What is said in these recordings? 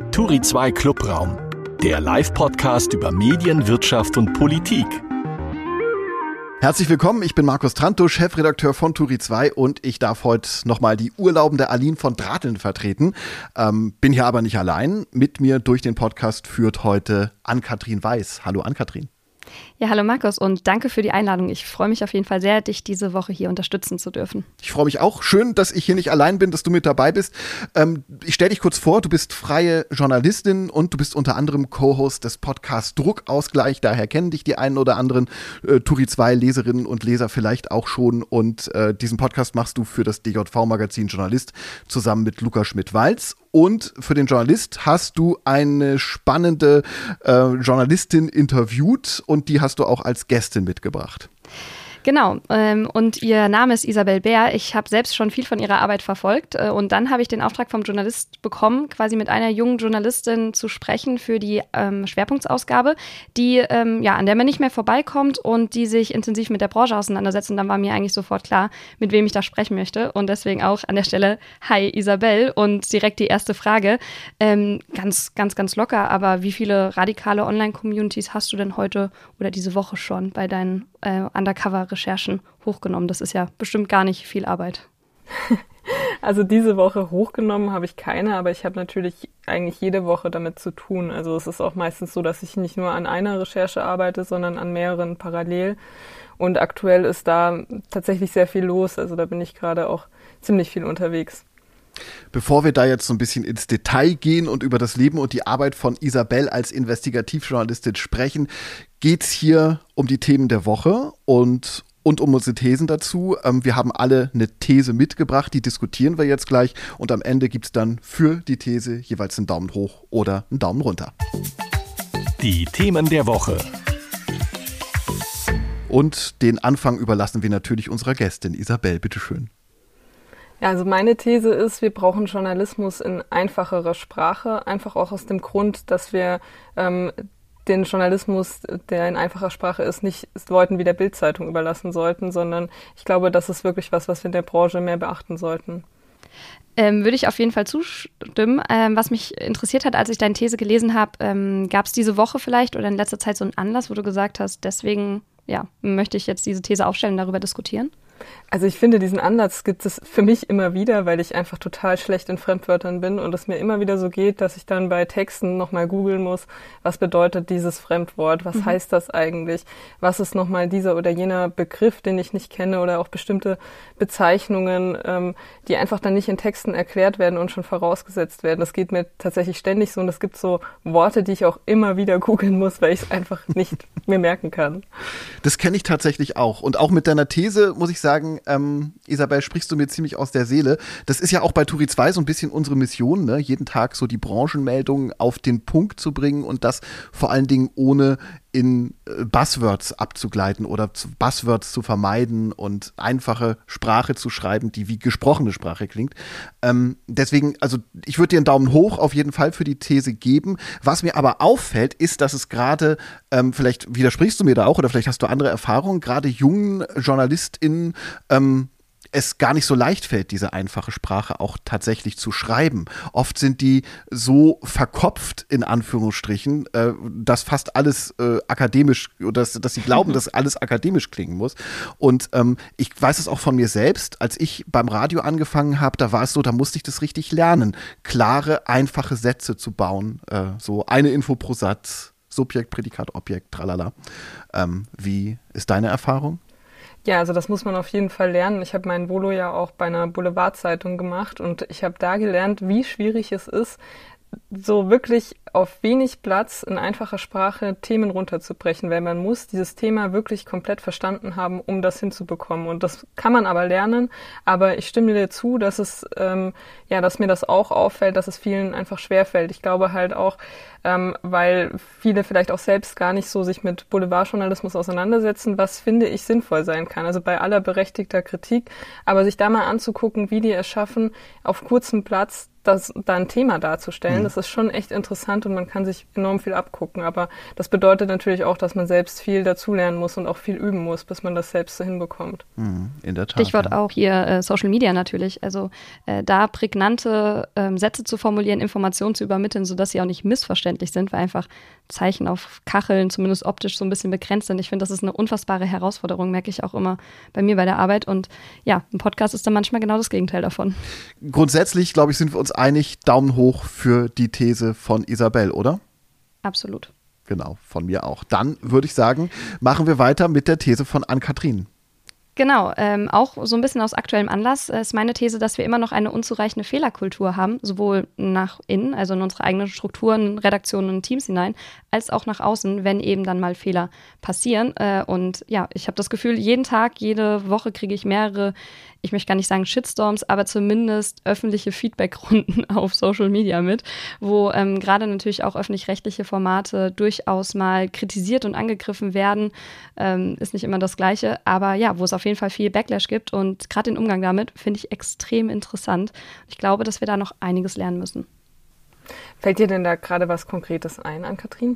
Turi 2 Clubraum, der Live-Podcast über Medien, Wirtschaft und Politik. Herzlich willkommen, ich bin Markus Trantusch, Chefredakteur von Turi 2 und ich darf heute nochmal die urlaubende Aline von Drateln vertreten. Bin hier aber nicht allein. Mit mir durch den Podcast führt heute Ann-Kathrin Weiß. Hallo Ann-Kathrin. Ja, hallo Markus und danke für die Einladung. Ich freue mich auf jeden Fall sehr, dich diese Woche hier unterstützen zu dürfen. Ich freue mich auch. Schön, dass ich hier nicht allein bin, dass du mit dabei bist. Ich stelle dich kurz vor, du bist freie Journalistin und du bist unter anderem Co-Host des Podcasts Druckausgleich. Daher kennen dich die einen oder anderen Turi 2 Leserinnen und Leser vielleicht auch schon. Und diesen Podcast machst du für das DJV-Magazin Journalist zusammen mit Luca Schmidt-Walz. Und für den Journalist hast du eine spannende Journalistin interviewt und die hast du auch als Gästin mitgebracht. Genau, und ihr Name ist Isabel Bär. Ich habe selbst schon viel von ihrer Arbeit verfolgt und dann habe ich den Auftrag vom Journalist bekommen, quasi mit einer jungen Journalistin zu sprechen für die Schwerpunktsausgabe, die an der man nicht mehr vorbeikommt und die sich intensiv mit der Branche auseinandersetzt. Und dann war mir eigentlich sofort klar, mit wem ich da sprechen möchte. Und deswegen auch an der Stelle, hi Isabel, und direkt die erste Frage, ganz locker, aber wie viele radikale Online-Communities hast du denn heute oder diese Woche schon bei deinen Undercover-Recherchen hochgenommen? Das ist ja bestimmt gar nicht viel Arbeit. Also diese Woche hochgenommen habe ich keine, aber ich habe natürlich eigentlich jede Woche damit zu tun. Also es ist auch meistens so, dass ich nicht nur an einer Recherche arbeite, sondern an mehreren parallel. Und aktuell ist da tatsächlich sehr viel los. Also da bin ich gerade auch ziemlich viel unterwegs. Bevor wir da jetzt so ein bisschen ins Detail gehen und über das Leben und die Arbeit von Isabel als Investigativjournalistin sprechen, geht's hier um die Themen der Woche und um unsere Thesen dazu. Wir haben alle eine These mitgebracht, die diskutieren wir jetzt gleich und am Ende gibt's dann für die These jeweils einen Daumen hoch oder einen Daumen runter. Die Themen der Woche. Und den Anfang überlassen wir natürlich unserer Gästin Isabel, bitteschön. Ja, also meine These ist, wir brauchen Journalismus in einfacherer Sprache, einfach auch aus dem Grund, dass wir den Journalismus, der in einfacher Sprache ist, nicht Leuten wie der Bild-Zeitung überlassen sollten, sondern ich glaube, das ist wirklich was wir in der Branche mehr beachten sollten. Würde ich auf jeden Fall zustimmen. Was mich interessiert hat, als ich deine These gelesen habe, gab es diese Woche vielleicht oder in letzter Zeit so einen Anlass, wo du gesagt hast, deswegen möchte ich jetzt diese These aufstellen und darüber diskutieren? Also ich finde, diesen Ansatz gibt es für mich immer wieder, weil ich einfach total schlecht in Fremdwörtern bin und es mir immer wieder so geht, dass ich dann bei Texten nochmal googeln muss, was bedeutet dieses Fremdwort, was heißt das eigentlich, was ist nochmal dieser oder jener Begriff, den ich nicht kenne oder auch bestimmte Bezeichnungen, die einfach dann nicht in Texten erklärt werden und schon vorausgesetzt werden. Das geht mir tatsächlich ständig so und es gibt so Worte, die ich auch immer wieder googeln muss, weil ich es einfach nicht mir merken kann. Das kenne ich tatsächlich auch und auch mit deiner These muss ich sagen, Isabel, sprichst du mir ziemlich aus der Seele. Das ist ja auch bei Turi 2 so ein bisschen unsere Mission, ne? Jeden Tag so die Branchenmeldungen auf den Punkt zu bringen und das vor allen Dingen ohne in Buzzwords abzugleiten oder Buzzwords zu vermeiden und einfache Sprache zu schreiben, die wie gesprochene Sprache klingt. Deswegen, also ich würde dir einen Daumen hoch auf jeden Fall für die These geben. Was mir aber auffällt, ist, dass es gerade, vielleicht widersprichst du mir da auch oder vielleicht hast du andere Erfahrungen, gerade jungen JournalistInnen es gar nicht so leicht fällt, diese einfache Sprache auch tatsächlich zu schreiben. Oft sind die so verkopft, in Anführungsstrichen, dass fast alles akademisch, oder dass sie glauben, dass alles akademisch klingen muss. Und ich weiß es auch von mir selbst, als ich beim Radio angefangen habe, da war es so, da musste ich das richtig lernen, klare, einfache Sätze zu bauen. So eine Info pro Satz, Subjekt, Prädikat, Objekt, tralala. Wie ist deine Erfahrung? Ja, also das muss man auf jeden Fall lernen. Ich habe mein Volo ja auch bei einer Boulevardzeitung gemacht und ich habe da gelernt, wie schwierig es ist, so wirklich auf wenig Platz in einfacher Sprache Themen runterzubrechen, weil man muss dieses Thema wirklich komplett verstanden haben, um das hinzubekommen. Und das kann man aber lernen. Aber ich stimme dir zu, dass es dass mir das auch auffällt, dass es vielen einfach schwerfällt. Ich glaube halt auch, weil viele vielleicht auch selbst gar nicht so sich mit Boulevardjournalismus auseinandersetzen, was finde ich sinnvoll sein kann. Also bei aller berechtigter Kritik, aber sich da mal anzugucken, wie die es schaffen, auf kurzem Platz da ein Thema darzustellen. Das ist schon echt interessant und man kann sich enorm viel abgucken. Aber das bedeutet natürlich auch, dass man selbst viel dazulernen muss und auch viel üben muss, bis man das selbst so hinbekommt. In der Tat. Stichwort auch hier Social Media natürlich. Also da prägnante Sätze zu formulieren, Informationen zu übermitteln, sodass sie auch nicht missverständlich sind, weil einfach Zeichen auf Kacheln zumindest optisch so ein bisschen begrenzt sind. Ich finde, das ist eine unfassbare Herausforderung, merke ich auch immer bei mir bei der Arbeit. Und ja, ein Podcast ist dann manchmal genau das Gegenteil davon. Grundsätzlich, glaube ich, sind wir uns einig, Daumen hoch für die These von Isabel, oder? Absolut. Genau, von mir auch. Dann würde ich sagen, machen wir weiter mit der These von Ann-Kathrin. Genau, auch so ein bisschen aus aktuellem Anlass ist meine These, dass wir immer noch eine unzureichende Fehlerkultur haben, sowohl nach innen, also in unsere eigenen Strukturen, Redaktionen und Teams hinein, als auch nach außen, wenn eben dann mal Fehler passieren. Und ja, ich habe das Gefühl, jeden Tag, jede Woche kriege ich mehrere, ich möchte gar nicht sagen Shitstorms, aber zumindest öffentliche Feedbackrunden auf Social Media mit, wo gerade natürlich auch öffentlich-rechtliche Formate durchaus mal kritisiert und angegriffen werden. Ist nicht immer das Gleiche, aber ja, wo es auf jeden Fall viel Backlash gibt und gerade den Umgang damit finde ich extrem interessant. Ich glaube, dass wir da noch einiges lernen müssen. Fällt dir denn da gerade was Konkretes ein, Ann-Kathrin?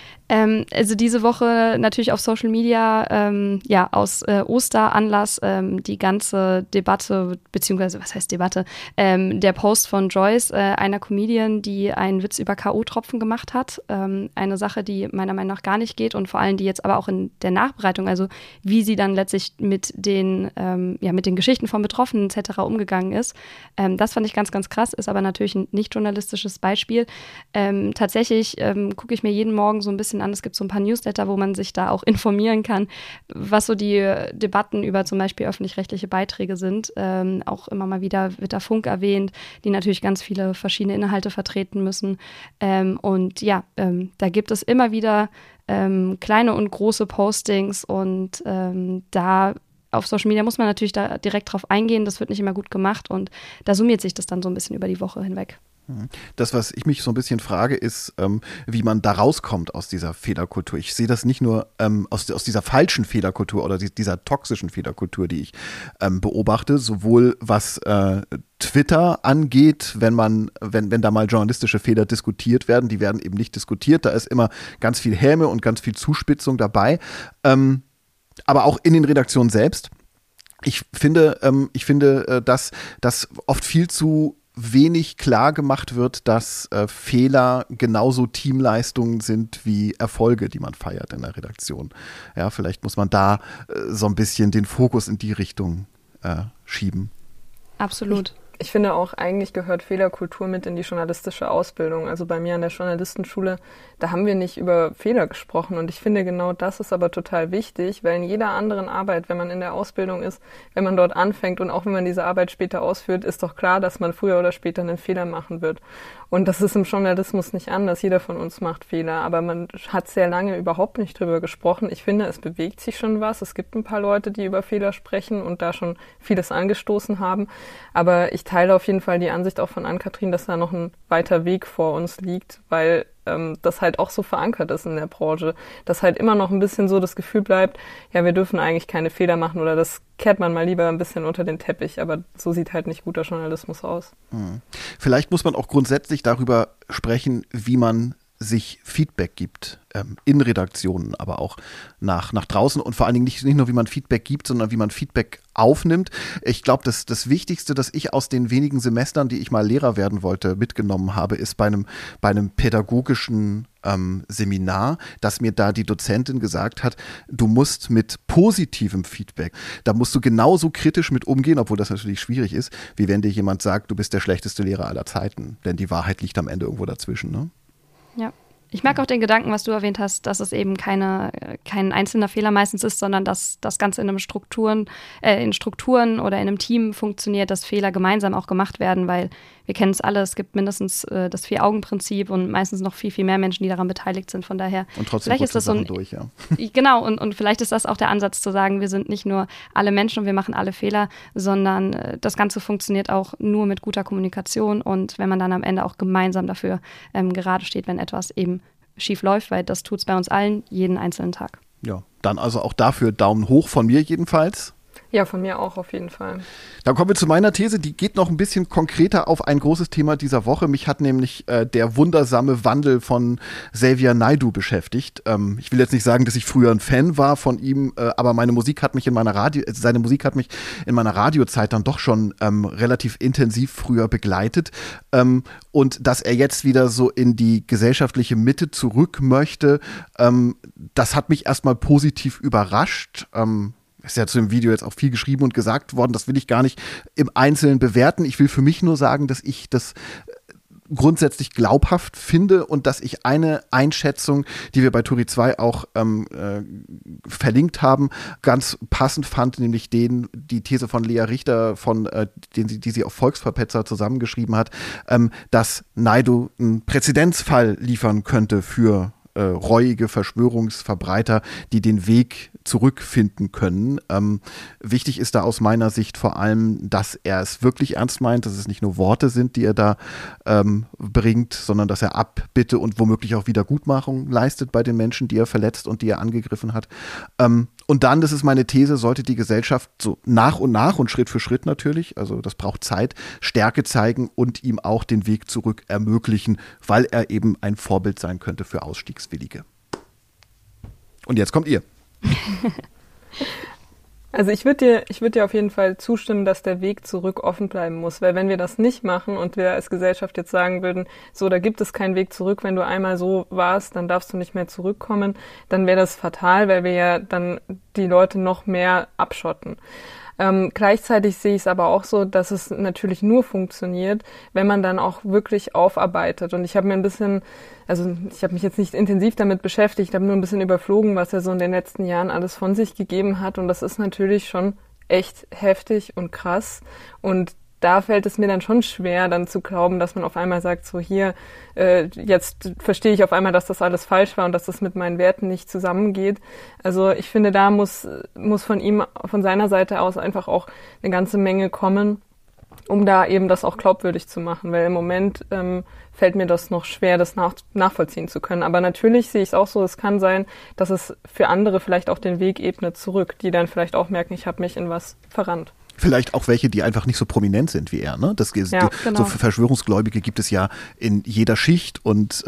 Also diese Woche natürlich auf Social Media, aus Osteranlass die ganze Debatte, beziehungsweise was heißt Debatte, der Post von Joyce, einer Comedian, die einen Witz über K.O.-Tropfen gemacht hat. Eine Sache, die meiner Meinung nach gar nicht geht und vor allem die jetzt aber auch in der Nachbereitung, also wie sie dann letztlich mit den Geschichten von Betroffenen etc. umgegangen ist. Das fand ich ganz, ganz krass, ist aber natürlich ein nicht journalistisches Beispiel. Tatsächlich gucke ich mir jeden Morgen so ein bisschen an. Es gibt so ein paar Newsletter, wo man sich da auch informieren kann, was so die Debatten über zum Beispiel öffentlich-rechtliche Beiträge sind. Auch immer mal wieder wird da Funk erwähnt, die natürlich ganz viele verschiedene Inhalte vertreten müssen. Da gibt es immer wieder kleine und große Postings und da auf Social Media muss man natürlich da direkt drauf eingehen. Das wird nicht immer gut gemacht und da summiert sich das dann so ein bisschen über die Woche hinweg. Das, was ich mich so ein bisschen frage, ist, wie man da rauskommt aus dieser Fehlerkultur. Ich sehe das nicht nur aus dieser falschen Fehlerkultur oder dieser toxischen Fehlerkultur, die ich beobachte, sowohl was Twitter angeht, wenn da mal journalistische Fehler diskutiert werden, die werden eben nicht diskutiert, da ist immer ganz viel Häme und ganz viel Zuspitzung dabei, aber auch in den Redaktionen selbst. Ich finde, dass oft viel zu wenig klar gemacht wird, dass Fehler genauso Teamleistungen sind wie Erfolge, die man feiert in der Redaktion. Ja, vielleicht muss man da so ein bisschen den Fokus in die Richtung schieben. Absolut. Ich finde auch, eigentlich gehört Fehlerkultur mit in die journalistische Ausbildung. Also bei mir an der Journalistenschule, da haben wir nicht über Fehler gesprochen. Und ich finde, genau das ist aber total wichtig, weil in jeder anderen Arbeit, wenn man in der Ausbildung ist, wenn man dort anfängt und auch wenn man diese Arbeit später ausführt, ist doch klar, dass man früher oder später einen Fehler machen wird. Und das ist im Journalismus nicht anders. Jeder von uns macht Fehler. Aber man hat sehr lange überhaupt nicht drüber gesprochen. Ich finde, es bewegt sich schon was. Es gibt ein paar Leute, die über Fehler sprechen und da schon vieles angestoßen haben. Aber ich teile auf jeden Fall die Ansicht auch von Ann-Kathrin, dass da noch ein weiter Weg vor uns liegt, weil das halt auch so verankert ist in der Branche, dass halt immer noch ein bisschen so das Gefühl bleibt, ja, wir dürfen eigentlich keine Fehler machen oder das kehrt man mal lieber ein bisschen unter den Teppich, aber so sieht halt nicht guter Journalismus aus. Vielleicht muss man auch grundsätzlich darüber sprechen, wie man sich Feedback gibt, in Redaktionen, aber auch nach draußen und vor allen Dingen nicht nur, wie man Feedback gibt, sondern wie man Feedback aufnimmt. Ich glaube, das Wichtigste, das ich aus den wenigen Semestern, die ich mal Lehrer werden wollte, mitgenommen habe, ist bei einem pädagogischen Seminar, dass mir da die Dozentin gesagt hat, du musst mit positivem Feedback, da musst du genauso kritisch mit umgehen, obwohl das natürlich schwierig ist, wie wenn dir jemand sagt, du bist der schlechteste Lehrer aller Zeiten, denn die Wahrheit liegt am Ende irgendwo dazwischen, ne? Ja. Ich mag auch den Gedanken, was du erwähnt hast, dass es eben kein einzelner Fehler meistens ist, sondern dass das Ganze in Strukturen oder in einem Team funktioniert, dass Fehler gemeinsam auch gemacht werden, weil wir kennen es alle, es gibt mindestens das 4-Augen-Prinzip und meistens noch viel, viel mehr Menschen, die daran beteiligt sind. Von daher, und trotzdem vielleicht ist das so ein, durch, ja. Genau, und vielleicht ist das auch der Ansatz zu sagen, wir sind nicht nur alle Menschen und wir machen alle Fehler, sondern das Ganze funktioniert auch nur mit guter Kommunikation und wenn man dann am Ende auch gemeinsam dafür gerade steht, wenn etwas eben schief läuft, weil das tut es bei uns allen jeden einzelnen Tag. Ja, dann also auch dafür Daumen hoch von mir jedenfalls. Ja, von mir auch auf jeden Fall. Dann kommen wir zu meiner These, die geht noch ein bisschen konkreter auf ein großes Thema dieser Woche. Mich hat nämlich der wundersame Wandel von Xavier Naidoo beschäftigt. Ich will jetzt nicht sagen, dass ich früher ein Fan war von ihm, aber seine Musik hat mich in meiner Radiozeit dann doch schon relativ intensiv früher begleitet. Und dass er jetzt wieder so in die gesellschaftliche Mitte zurück möchte, das hat mich erstmal positiv überrascht. Ist ja zu dem Video jetzt auch viel geschrieben und gesagt worden, das will ich gar nicht im Einzelnen bewerten. Ich will für mich nur sagen, dass ich das grundsätzlich glaubhaft finde und dass ich eine Einschätzung, die wir bei Turi 2 auch verlinkt haben, ganz passend fand, nämlich die These von Lea Richter, die sie auf Volksverpetzer zusammengeschrieben hat, dass Naidoo einen Präzedenzfall liefern könnte für reuige Verschwörungsverbreiter, die den Weg zurückfinden können. Wichtig ist da aus meiner Sicht vor allem, dass er es wirklich ernst meint, dass es nicht nur Worte sind, die er da bringt, sondern dass er Abbitte und womöglich auch Wiedergutmachung leistet bei den Menschen, die er verletzt und die er angegriffen hat. Und dann, das ist meine These, sollte die Gesellschaft so nach und Schritt für Schritt natürlich, also das braucht Zeit, Stärke zeigen und ihm auch den Weg zurück ermöglichen, weil er eben ein Vorbild sein könnte für Ausstiegswillige. Und jetzt kommt ihr. Also ich würde dir auf jeden Fall zustimmen, dass der Weg zurück offen bleiben muss, weil wenn wir das nicht machen und wir als Gesellschaft jetzt sagen würden, so, da gibt es keinen Weg zurück, wenn du einmal so warst, dann darfst du nicht mehr zurückkommen, dann wäre das fatal, weil wir ja dann die Leute noch mehr abschotten. Gleichzeitig sehe ich es aber auch so, dass es natürlich nur funktioniert, wenn man dann auch wirklich aufarbeitet. Und ich habe mich jetzt nicht intensiv damit beschäftigt, habe nur ein bisschen überflogen, was er so in den letzten Jahren alles von sich gegeben hat. Und das ist natürlich schon echt heftig und krass. Und da fällt es mir dann schon schwer, dann zu glauben, dass man auf einmal sagt, so hier, jetzt verstehe ich auf einmal, dass das alles falsch war und dass das mit meinen Werten nicht zusammengeht. Also ich finde, da muss von ihm, von seiner Seite aus einfach auch eine ganze Menge kommen, um da eben das auch glaubwürdig zu machen, weil im Moment fällt mir das noch schwer, das nachvollziehen zu können. Aber natürlich sehe ich es auch so, es kann sein, dass es für andere vielleicht auch den Weg ebnet zurück, die dann vielleicht auch merken, ich habe mich in was verrannt. Vielleicht auch welche, die einfach nicht so prominent sind wie er. Ne? Genau. So Verschwörungsgläubige gibt es ja in jeder Schicht und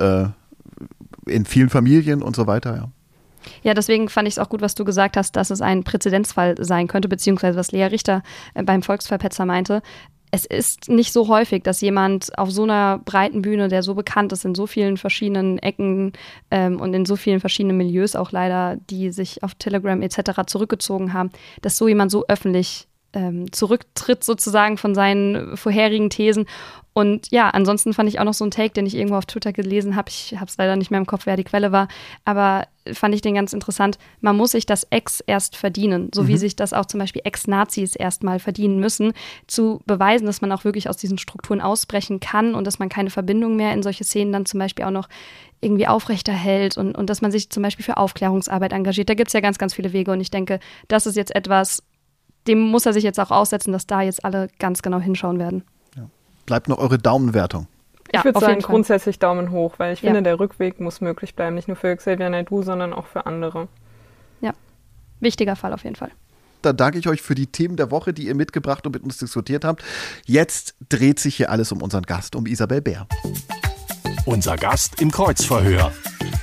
in vielen Familien und so weiter. Ja. Ja, deswegen fand ich es auch gut, was du gesagt hast, dass es ein Präzedenzfall sein könnte, beziehungsweise was Lea Richter beim Volksverpetzer meinte. Es ist nicht so häufig, dass jemand auf so einer breiten Bühne, der so bekannt ist, in so vielen verschiedenen Ecken und in so vielen verschiedenen Milieus auch leider, die sich auf Telegram etc. zurückgezogen haben, dass so jemand so öffentlich zurücktritt sozusagen von seinen vorherigen Thesen. Und ja, ansonsten fand ich auch noch so einen Take, den ich irgendwo auf Twitter gelesen habe. Ich habe es leider nicht mehr im Kopf, wer die Quelle war, aber fand ich den ganz interessant. Man muss sich das Ex erst verdienen, so wie sich das auch zum Beispiel Ex-Nazis erstmal verdienen müssen, zu beweisen, dass man auch wirklich aus diesen Strukturen ausbrechen kann und dass man keine Verbindung mehr in solche Szenen dann zum Beispiel auch noch irgendwie aufrechterhält und dass man sich zum Beispiel für Aufklärungsarbeit engagiert. Da gibt es ja ganz, ganz viele Wege und ich denke, das ist jetzt etwas, dem muss er sich jetzt auch aussetzen, dass da jetzt alle ganz genau hinschauen werden. Ja. Bleibt noch eure Daumenwertung. Ich würde sagen, grundsätzlich Daumen hoch, weil ich finde, der Rückweg muss möglich bleiben. Nicht nur für Xavier Naidoo, sondern auch für andere. Ja, wichtiger Fall auf jeden Fall. Da danke ich euch für die Themen der Woche, die ihr mitgebracht und mit uns diskutiert habt. Jetzt dreht sich hier alles um unseren Gast, um Isabel Bär. Unser Gast im Kreuzverhör.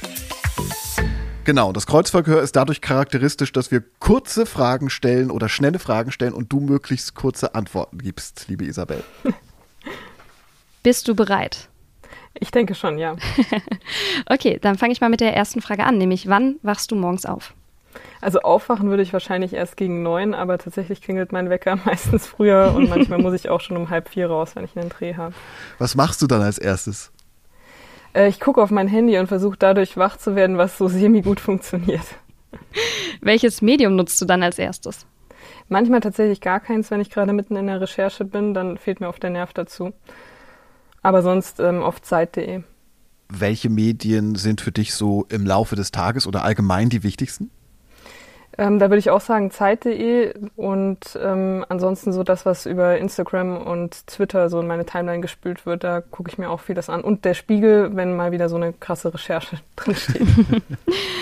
Genau, das Kreuzverhör ist dadurch charakteristisch, dass wir kurze Fragen stellen oder schnelle Fragen stellen und du möglichst kurze Antworten gibst, liebe Isabel. Bist du bereit? Ich denke schon, ja. Okay, dann fange ich mal mit der ersten Frage an, nämlich wann wachst du morgens auf? Also aufwachen würde ich wahrscheinlich erst gegen 9, aber tatsächlich klingelt mein Wecker meistens früher und manchmal muss ich auch schon um 3:30 raus, wenn ich einen Dreh habe. Was machst du dann als erstes? Ich gucke auf mein Handy und versuche dadurch wach zu werden, was so semi-gut funktioniert. Welches Medium nutzt du dann als erstes? Manchmal tatsächlich gar keins, wenn ich gerade mitten in der Recherche bin, dann fehlt mir oft der Nerv dazu. Aber sonst auf Zeit.de. Welche Medien sind für dich so im Laufe des Tages oder allgemein die wichtigsten? Da würde ich auch sagen Zeit.de und ansonsten so das, was über Instagram und Twitter so in meine Timeline gespült wird, da gucke ich mir auch vieles an. Und der Spiegel, wenn mal wieder so eine krasse Recherche drinsteht.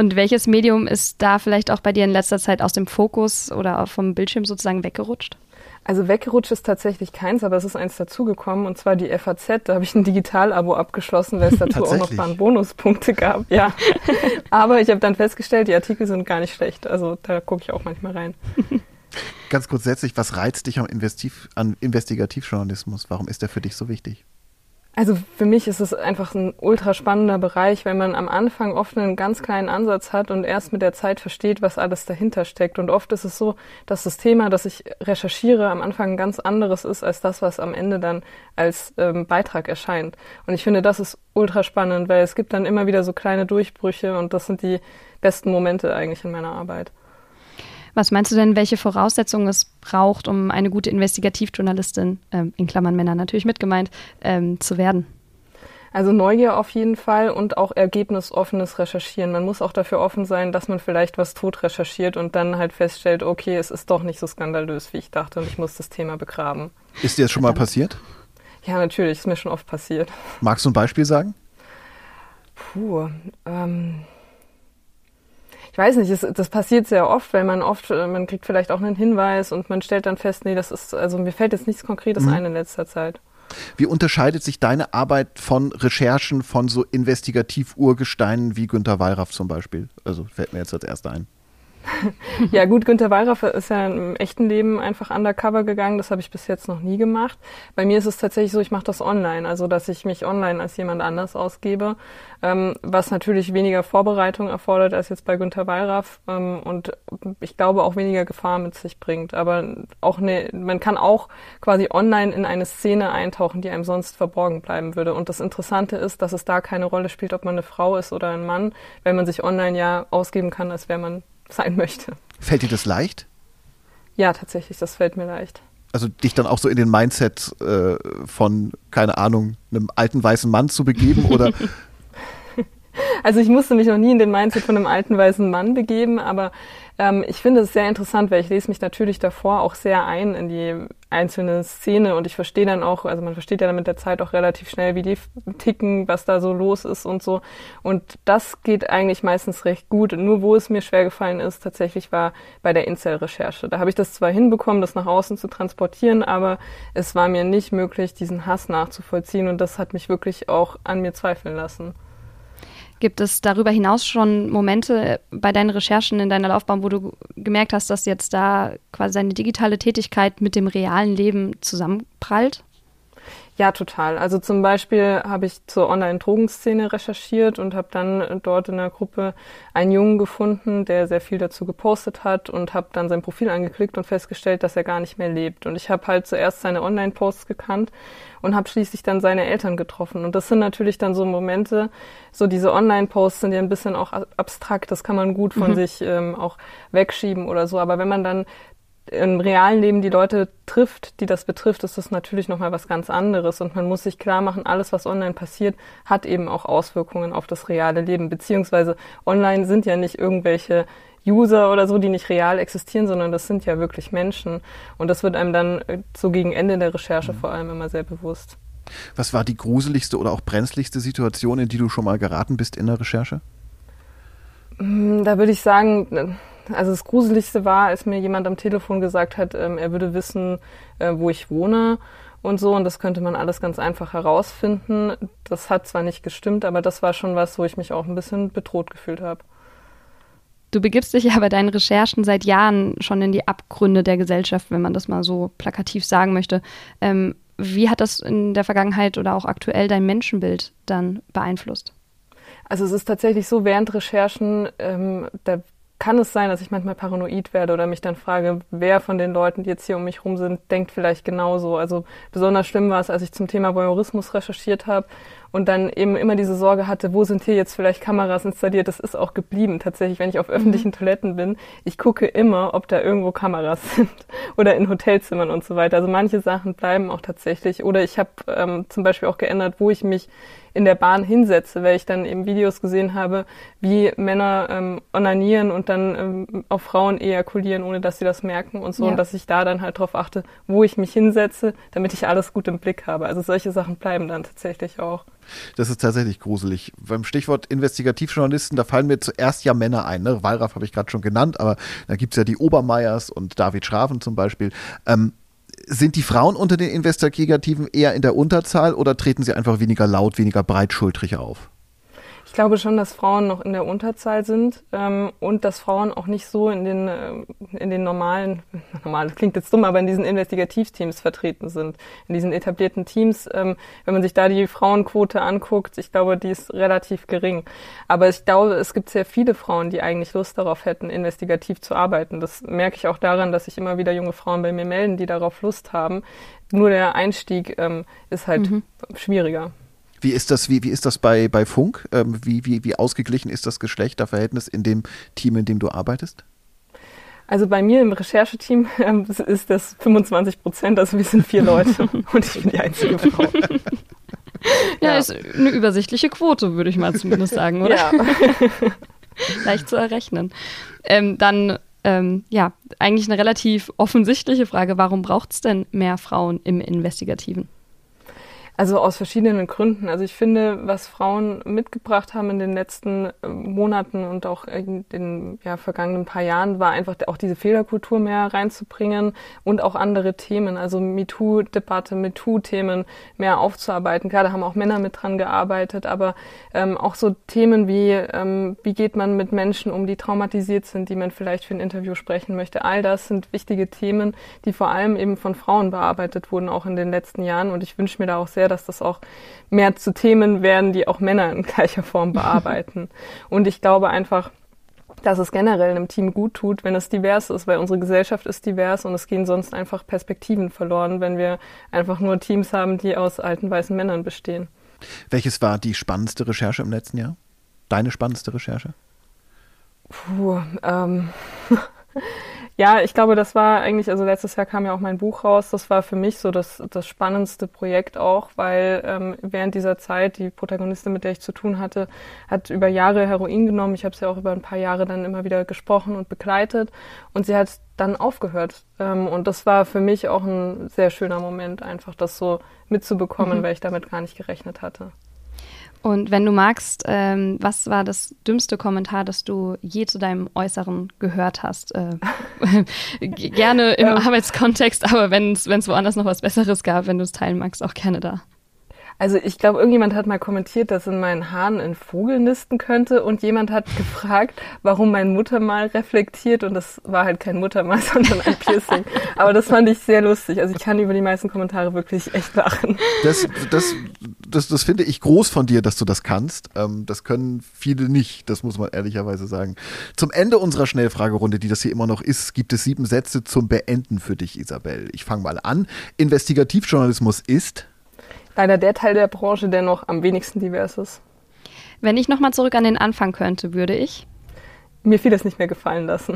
Und welches Medium ist da vielleicht auch bei dir in letzter Zeit aus dem Fokus oder vom Bildschirm sozusagen weggerutscht? Also weggerutscht ist tatsächlich keins, aber es ist eins dazugekommen, und zwar die FAZ. Da habe ich ein Digital-Abo abgeschlossen, weil es dazu auch noch ein paar Bonuspunkte gab. Ja, aber ich habe dann festgestellt, die Artikel sind gar nicht schlecht. Also da gucke ich auch manchmal rein. Ganz grundsätzlich, was reizt dich an Investigativjournalismus? Warum ist der für dich so wichtig? Also für mich ist es einfach ein ultra spannender Bereich, weil man am Anfang oft einen ganz kleinen Ansatz hat und erst mit der Zeit versteht, was alles dahinter steckt. Und oft ist es so, dass das Thema, das ich recherchiere, am Anfang ein ganz anderes ist als das, was am Ende dann als Beitrag erscheint. Und ich finde, das ist ultra spannend, weil es gibt dann immer wieder so kleine Durchbrüche, und das sind die besten Momente eigentlich in meiner Arbeit. Was meinst du denn, welche Voraussetzungen es braucht, um eine gute Investigativjournalistin, in Klammern Männer natürlich mit gemeint, zu werden? Also Neugier auf jeden Fall und auch ergebnisoffenes Recherchieren. Man muss auch dafür offen sein, dass man vielleicht was tot recherchiert und dann halt feststellt, okay, es ist doch nicht so skandalös, wie ich dachte, und ich muss das Thema begraben. Ist dir das schon mal passiert? Ja, natürlich, ist mir schon oft passiert. Magst du ein Beispiel sagen? Ich weiß nicht, das passiert sehr oft, weil man kriegt vielleicht auch einen Hinweis und man stellt dann fest, nee, also mir fällt jetzt nichts Konkretes ein in letzter Zeit. Wie unterscheidet sich deine Arbeit von Recherchen von so Investigativ-Urgesteinen wie Günter Wallraff zum Beispiel? Also fällt mir jetzt als Erster ein. Ja gut, Günter Wallraff ist ja im echten Leben einfach undercover gegangen. Das habe ich bis jetzt noch nie gemacht. Bei mir ist es tatsächlich so, ich mache das online, also dass ich mich online als jemand anders ausgebe, was natürlich weniger Vorbereitung erfordert als jetzt bei Günter Wallraff, und ich glaube auch weniger Gefahr mit sich bringt. Aber auch man kann auch quasi online in eine Szene eintauchen, die einem sonst verborgen bleiben würde. Und das Interessante ist, dass es da keine Rolle spielt, ob man eine Frau ist oder ein Mann, weil man sich online ja ausgeben kann, als wäre man sein möchte. Fällt dir das leicht? Ja, tatsächlich, das fällt mir leicht. Also dich dann auch so in den Mindset von, keine Ahnung, einem alten weißen Mann zu begeben, oder? Also ich musste mich noch nie in den Mindset von einem alten weißen Mann begeben, aber ich finde es sehr interessant, weil ich lese mich natürlich davor auch sehr ein in die einzelne Szene, und ich verstehe dann auch, also man versteht ja dann mit der Zeit auch relativ schnell, wie die ticken, was da so los ist und so. Und das geht eigentlich meistens recht gut. Nur wo es mir schwer gefallen ist, tatsächlich war bei der Incel-Recherche. Da habe ich das zwar hinbekommen, das nach außen zu transportieren, aber es war mir nicht möglich, diesen Hass nachzuvollziehen, und das hat mich wirklich auch an mir zweifeln lassen. Gibt es darüber hinaus schon Momente bei deinen Recherchen in deiner Laufbahn, wo du gemerkt hast, dass jetzt da quasi deine digitale Tätigkeit mit dem realen Leben zusammenprallt? Ja, total. Also zum Beispiel habe ich zur Online-Drogenszene recherchiert und habe dann dort in der Gruppe einen Jungen gefunden, der sehr viel dazu gepostet hat, und habe dann sein Profil angeklickt und festgestellt, dass er gar nicht mehr lebt. Und ich habe halt zuerst seine Online-Posts gekannt und habe schließlich dann seine Eltern getroffen. Und das sind natürlich dann so Momente, so diese Online-Posts sind ja ein bisschen auch abstrakt, das kann man gut von sich auch wegschieben oder so. Aber wenn man dann im realen Leben die Leute trifft, die das betrifft, ist das natürlich nochmal was ganz anderes. Und man muss sich klar machen, alles, was online passiert, hat eben auch Auswirkungen auf das reale Leben. Beziehungsweise online sind ja nicht irgendwelche User oder so, die nicht real existieren, sondern das sind ja wirklich Menschen. Und das wird einem dann so gegen Ende der Recherche vor allem immer sehr bewusst. Was war die gruseligste oder auch brenzligste Situation, in die du schon mal geraten bist in der Recherche? Da würde ich sagen, also das Gruseligste war, als mir jemand am Telefon gesagt hat, er würde wissen, wo ich wohne und so, und das könnte man alles ganz einfach herausfinden. Das hat zwar nicht gestimmt, aber das war schon was, wo ich mich auch ein bisschen bedroht gefühlt habe. Du begibst dich ja bei deinen Recherchen seit Jahren schon in die Abgründe der Gesellschaft, wenn man das mal so plakativ sagen möchte. Wie hat das in der Vergangenheit oder auch aktuell dein Menschenbild dann beeinflusst? Also es ist tatsächlich so, während Recherchen, da kann es sein, dass ich manchmal paranoid werde oder mich dann frage, wer von den Leuten, die jetzt hier um mich rum sind, denkt vielleicht genauso. Also besonders schlimm war es, als ich zum Thema Voyeurismus recherchiert habe und dann eben immer diese Sorge hatte, wo sind hier jetzt vielleicht Kameras installiert? Das ist auch geblieben tatsächlich, wenn ich auf öffentlichen Toiletten bin. Ich gucke immer, ob da irgendwo Kameras sind oder in Hotelzimmern und so weiter. Also manche Sachen bleiben auch tatsächlich. Oder ich habe zum Beispiel auch geändert, wo ich mich in der Bahn hinsetze, weil ich dann eben Videos gesehen habe, wie Männer onanieren und dann auf Frauen ejakulieren, ohne dass sie das merken und so. Ja. Und dass ich da dann halt drauf achte, wo ich mich hinsetze, damit ich alles gut im Blick habe. Also solche Sachen bleiben dann tatsächlich auch. Das ist tatsächlich gruselig. Beim Stichwort Investigativjournalisten, da fallen mir zuerst ja Männer ein. Ne? Wallraff habe ich gerade schon genannt, aber da gibt es ja die Obermeyers und David Schraven zum Beispiel. Sind die Frauen unter den Investigativen eher in der Unterzahl oder treten sie einfach weniger laut, weniger breitschultrig auf? Ich glaube schon, dass Frauen noch in der Unterzahl sind und dass Frauen auch nicht so in den normalen, das klingt jetzt dumm, aber in diesen Investigativteams vertreten sind, in diesen etablierten Teams. Wenn man sich da die Frauenquote anguckt, ich glaube, die ist relativ gering. Aber ich glaube, es gibt sehr viele Frauen, die eigentlich Lust darauf hätten, investigativ zu arbeiten. Das merke ich auch daran, dass sich immer wieder junge Frauen bei mir melden, die darauf Lust haben. Nur der Einstieg ist halt schwieriger. Wie ist das bei Funk? Wie ausgeglichen ist das Geschlechterverhältnis in dem Team, in dem du arbeitest? Also bei mir im Rechercheteam ist das 25%, also wir sind 4 Leute und ich bin die einzige Frau. Ja, ist eine übersichtliche Quote, würde ich mal zumindest sagen, oder? Ja. Leicht zu errechnen. Dann eigentlich eine relativ offensichtliche Frage. Warum braucht es denn mehr Frauen im Investigativen? Also aus verschiedenen Gründen. Also ich finde, was Frauen mitgebracht haben in den letzten Monaten und auch in den vergangenen paar Jahren, war einfach auch diese Fehlerkultur mehr reinzubringen und auch andere Themen, also MeToo-Debatte, MeToo-Themen mehr aufzuarbeiten. Klar, da haben auch Männer mit dran gearbeitet, aber auch so Themen wie geht man mit Menschen um, die traumatisiert sind, die man vielleicht für ein Interview sprechen möchte. All das sind wichtige Themen, die vor allem eben von Frauen bearbeitet wurden, auch in den letzten Jahren. Und ich wünsche mir da auch sehr, dass das auch mehr zu Themen werden, die auch Männer in gleicher Form bearbeiten. Und ich glaube einfach, dass es generell einem Team gut tut, wenn es divers ist, weil unsere Gesellschaft ist divers und es gehen sonst einfach Perspektiven verloren, wenn wir einfach nur Teams haben, die aus alten weißen Männern bestehen. Welches war die spannendste Recherche im letzten Jahr? Deine spannendste Recherche? Ja, ich glaube, das war eigentlich, also letztes Jahr kam ja auch mein Buch raus, das war für mich so das spannendste Projekt auch, weil während dieser Zeit die Protagonistin, mit der ich zu tun hatte, hat über Jahre Heroin genommen. Ich habe sie auch über ein paar Jahre dann immer wieder gesprochen und begleitet und sie hat dann aufgehört. Und das war für mich auch ein sehr schöner Moment, einfach das so mitzubekommen, weil ich damit gar nicht gerechnet hatte. Und wenn du magst, was war das dümmste Kommentar, das du je zu deinem Äußeren gehört hast? Gerne im Arbeitskontext, aber wenn es woanders noch was Besseres gab, wenn du es teilen magst, auch gerne da. Also ich glaube, irgendjemand hat mal kommentiert, dass in meinen Haaren ein Vogel nisten könnte und jemand hat gefragt, warum mein Muttermal reflektiert und das war halt kein Muttermal, sondern ein Piercing. Aber das fand ich sehr lustig. Also ich kann über die meisten Kommentare wirklich echt lachen. Das finde ich groß von dir, dass du das kannst. Das können viele nicht, das muss man ehrlicherweise sagen. Zum Ende unserer Schnellfragerunde, die das hier immer noch ist, gibt es 7 Sätze zum Beenden für dich, Isabel. Ich fange mal an. Investigativjournalismus ist leider der Teil der Branche, der noch am wenigsten divers ist. Wenn ich nochmal zurück an den Anfang könnte, würde ich mir vieles nicht mehr gefallen lassen.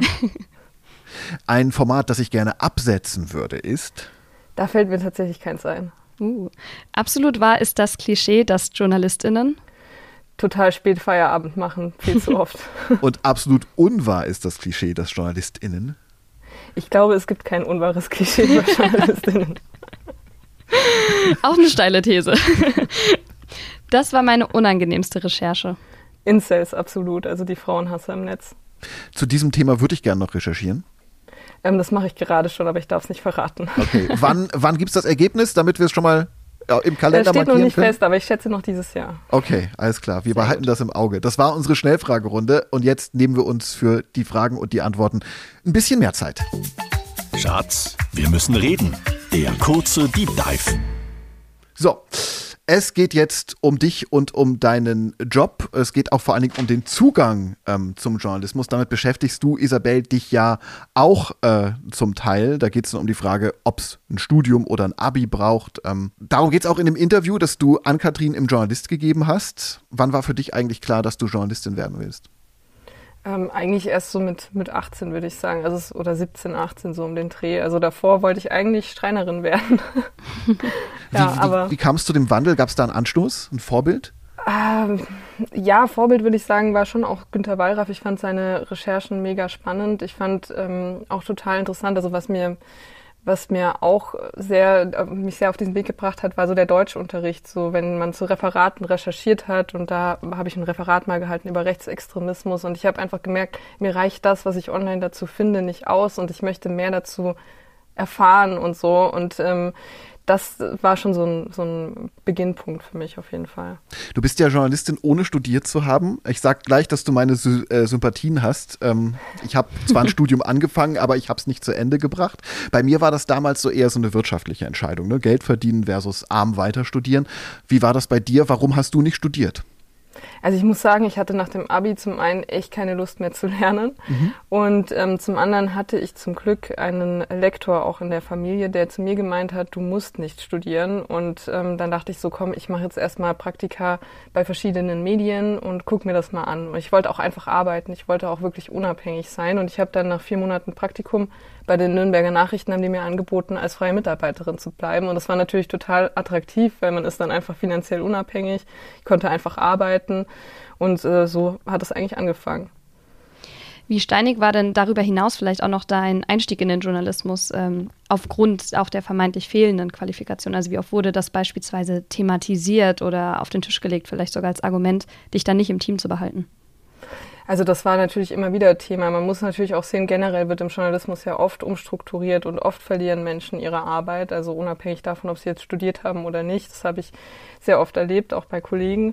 Ein Format, das ich gerne absetzen würde, ist da fällt mir tatsächlich keins ein. Absolut wahr ist das Klischee, dass JournalistInnen total spät Feierabend machen, viel zu oft. Und absolut unwahr ist das Klischee, dass JournalistInnen ich glaube, es gibt kein unwahres Klischee über JournalistInnen. Auch eine steile These. Das war meine unangenehmste Recherche. Incels, absolut, also die Frauenhasser im Netz. Zu diesem Thema würde ich gerne noch recherchieren. Das mache ich gerade schon, aber ich darf es nicht verraten. Okay, wann gibt es das Ergebnis, damit wir es schon mal im Kalender markieren können? Das steht noch nicht fest, aber ich schätze noch dieses Jahr. Okay, alles klar, wir behalten das im Auge. Das war unsere Schnellfragerunde und jetzt nehmen wir uns für die Fragen und die Antworten ein bisschen mehr Zeit. Schatz, wir müssen reden. Der kurze Deep Dive. So, es geht jetzt um dich und um deinen Job. Es geht auch vor allen Dingen um den Zugang zum Journalismus. Damit beschäftigst du, Isabel, dich ja auch zum Teil. Da geht es um die Frage, ob es ein Studium oder ein Abi braucht. Darum geht es auch in dem Interview, das du Ann-Kathrin im Journalist gegeben hast. Wann war für dich eigentlich klar, dass du Journalistin werden willst? Eigentlich erst so mit 18, würde ich sagen, also oder 17, 18 so um den Dreh. Also davor wollte ich eigentlich Schreinerin werden. Wie kam es zu dem Wandel? Gab es da einen Anstoß, ein Vorbild? Ja, Vorbild würde ich sagen, war schon auch Günter Wallraff. Ich fand seine Recherchen mega spannend. Ich fand auch total interessant, also was mir Was mir auch mich sehr auf diesen Weg gebracht hat, war so der Deutschunterricht. So, wenn man zu Referaten recherchiert hat, und da habe ich ein Referat mal gehalten über Rechtsextremismus, und ich habe einfach gemerkt, mir reicht das, was ich online dazu finde, nicht aus, und ich möchte mehr dazu erfahren und so. Und das war schon so ein Beginnpunkt für mich auf jeden Fall. Du bist ja Journalistin, ohne studiert zu haben. Ich sag gleich, dass du meine Sympathien hast. Ich habe zwar ein Studium angefangen, aber ich habe es nicht zu Ende gebracht. Bei mir war das damals so eher so eine wirtschaftliche Entscheidung, ne? Geld verdienen versus arm weiter studieren. Wie war das bei dir? Warum hast du nicht studiert? Also ich muss sagen, ich hatte nach dem Abi zum einen echt keine Lust mehr zu lernen, und zum anderen hatte ich zum Glück einen Lektor auch in der Familie, der zu mir gemeint hat, du musst nicht studieren, und dann dachte ich so, komm, ich mache jetzt erstmal Praktika bei verschiedenen Medien und guck mir das mal an. Und ich wollte auch einfach arbeiten, ich wollte auch wirklich unabhängig sein, und ich habe dann nach 4 Monaten Praktikum bei den Nürnberger Nachrichten, haben die mir angeboten, als freie Mitarbeiterin zu bleiben, und das war natürlich total attraktiv, weil man ist dann einfach finanziell unabhängig, ich konnte einfach arbeiten, und so hat es eigentlich angefangen. Wie steinig war denn darüber hinaus vielleicht auch noch dein Einstieg in den Journalismus, aufgrund auch der vermeintlich fehlenden Qualifikation? Also wie oft wurde das beispielsweise thematisiert oder auf den Tisch gelegt, vielleicht sogar als Argument, dich dann nicht im Team zu behalten? Also das war natürlich immer wieder Thema. Man muss natürlich auch sehen, generell wird im Journalismus ja oft umstrukturiert, und oft verlieren Menschen ihre Arbeit, also unabhängig davon, ob sie jetzt studiert haben oder nicht. Das habe ich sehr oft erlebt, auch bei Kollegen.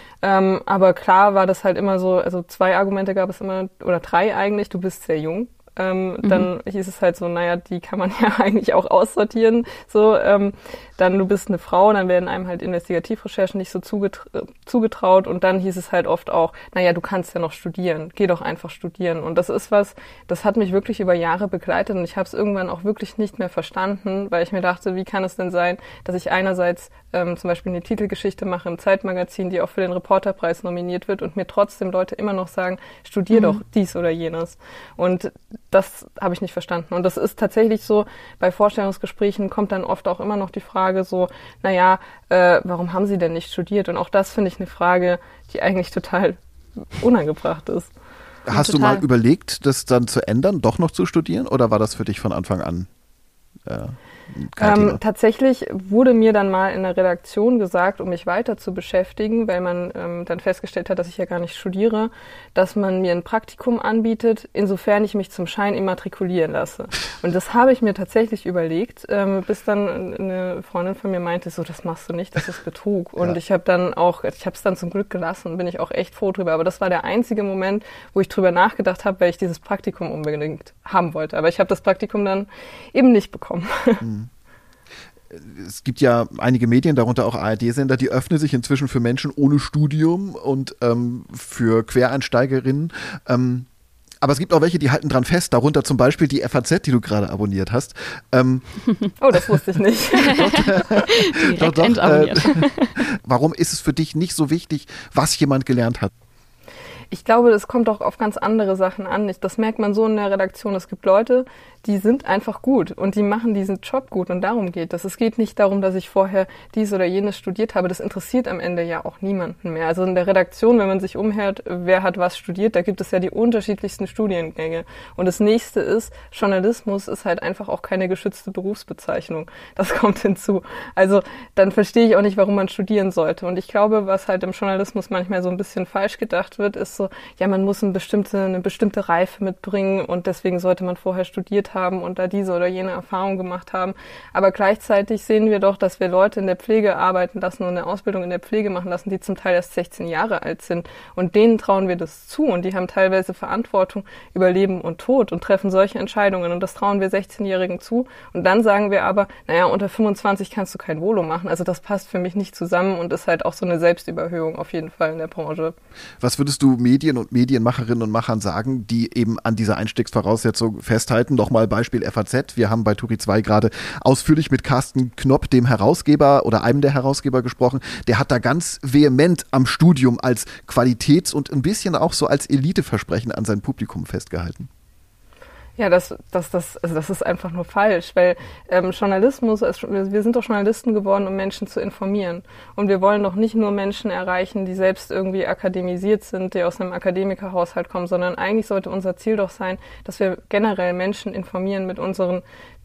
Aber klar war das halt immer so, also 2 Argumente gab es immer, oder 3 eigentlich: Du bist sehr jung. Dann hieß es halt so, naja, die kann man ja eigentlich auch aussortieren. So, dann du bist eine Frau, dann werden einem halt Investigativrecherchen nicht so zugetraut, und dann hieß es halt oft auch, naja, du kannst ja noch studieren, geh doch einfach studieren. Und das ist was, das hat mich wirklich über Jahre begleitet, und ich habe es irgendwann auch wirklich nicht mehr verstanden, weil ich mir dachte, wie kann es denn sein, dass ich einerseits zum Beispiel eine Titelgeschichte mache im Zeitmagazin, die auch für den Reporterpreis nominiert wird, und mir trotzdem Leute immer noch sagen, studier doch dies oder jenes. Und das habe ich nicht verstanden. Und das ist tatsächlich so, bei Vorstellungsgesprächen kommt dann oft auch immer noch die Frage so, naja, warum haben Sie denn nicht studiert? Und auch das finde ich eine Frage, die eigentlich total unangebracht ist. Hast du mal überlegt, das dann zu ändern, doch noch zu studieren? Oder war das für dich von Anfang an kein Thema? Tatsächlich wurde mir dann mal in der Redaktion gesagt, um mich weiter zu beschäftigen, weil man dann festgestellt hat, dass ich ja gar nicht studiere, dass man mir ein Praktikum anbietet, insofern ich mich zum Schein immatrikulieren lasse. Und das habe ich mir tatsächlich überlegt, bis dann eine Freundin von mir meinte, so, das machst du nicht, das ist Betrug. Und ich habe es dann zum Glück gelassen, bin ich auch echt froh drüber. Aber das war der einzige Moment, wo ich drüber nachgedacht habe, weil ich dieses Praktikum unbedingt haben wollte. Aber ich habe das Praktikum dann eben nicht bekommen. Es gibt ja einige Medien, darunter auch ARD-Sender, die öffnen sich inzwischen für Menschen ohne Studium und für Quereinsteigerinnen. Aber es gibt auch welche, die halten dran fest, darunter zum Beispiel die FAZ, die du gerade abonniert hast. Oh, das wusste ich nicht. Direkt entabonniert. Warum ist es für dich nicht so wichtig, was jemand gelernt hat? Ich glaube, es kommt auch auf ganz andere Sachen an. Das merkt man so in der Redaktion. Es gibt Leute, die sind einfach gut und die machen diesen Job gut, und darum geht es. Es geht nicht darum, dass ich vorher dies oder jenes studiert habe. Das interessiert am Ende ja auch niemanden mehr. Also in der Redaktion, wenn man sich umhört, wer hat was studiert, da gibt es ja die unterschiedlichsten Studiengänge. Und das nächste ist, Journalismus ist halt einfach auch keine geschützte Berufsbezeichnung. Das kommt hinzu. Also dann verstehe ich auch nicht, warum man studieren sollte. Und ich glaube, was halt im Journalismus manchmal so ein bisschen falsch gedacht wird, ist so, ja, man muss eine bestimmte Reife mitbringen, und deswegen sollte man vorher studiert haben und da diese oder jene Erfahrung gemacht haben. Aber gleichzeitig sehen wir doch, dass wir Leute in der Pflege arbeiten lassen und eine Ausbildung in der Pflege machen lassen, die zum Teil erst 16 Jahre alt sind. Und denen trauen wir das zu, und die haben teilweise Verantwortung über Leben und Tod und treffen solche Entscheidungen, und das trauen wir 16-Jährigen zu. Und dann sagen wir aber, naja, unter 25 kannst du kein Volo machen. Also das passt für mich nicht zusammen und ist halt auch so eine Selbstüberhöhung auf jeden Fall in der Branche. Was würdest du Medien und Medienmacherinnen und Machern sagen, die eben an dieser Einstiegsvoraussetzung festhalten? Nochmal Beispiel FAZ. Wir haben bei Turi 2 gerade ausführlich mit Carsten Knopp, dem Herausgeber oder einem der Herausgeber, gesprochen. Der hat da ganz vehement am Studium als Qualitäts- und ein bisschen auch so als Eliteversprechen an sein Publikum festgehalten. Ja, das ist einfach nur falsch, weil Journalismus, wir sind doch Journalisten geworden, um Menschen zu informieren. Und wir wollen doch nicht nur Menschen erreichen, die selbst irgendwie akademisiert sind, die aus einem Akademikerhaushalt kommen, sondern eigentlich sollte unser Ziel doch sein, dass wir generell Menschen informieren mit unseren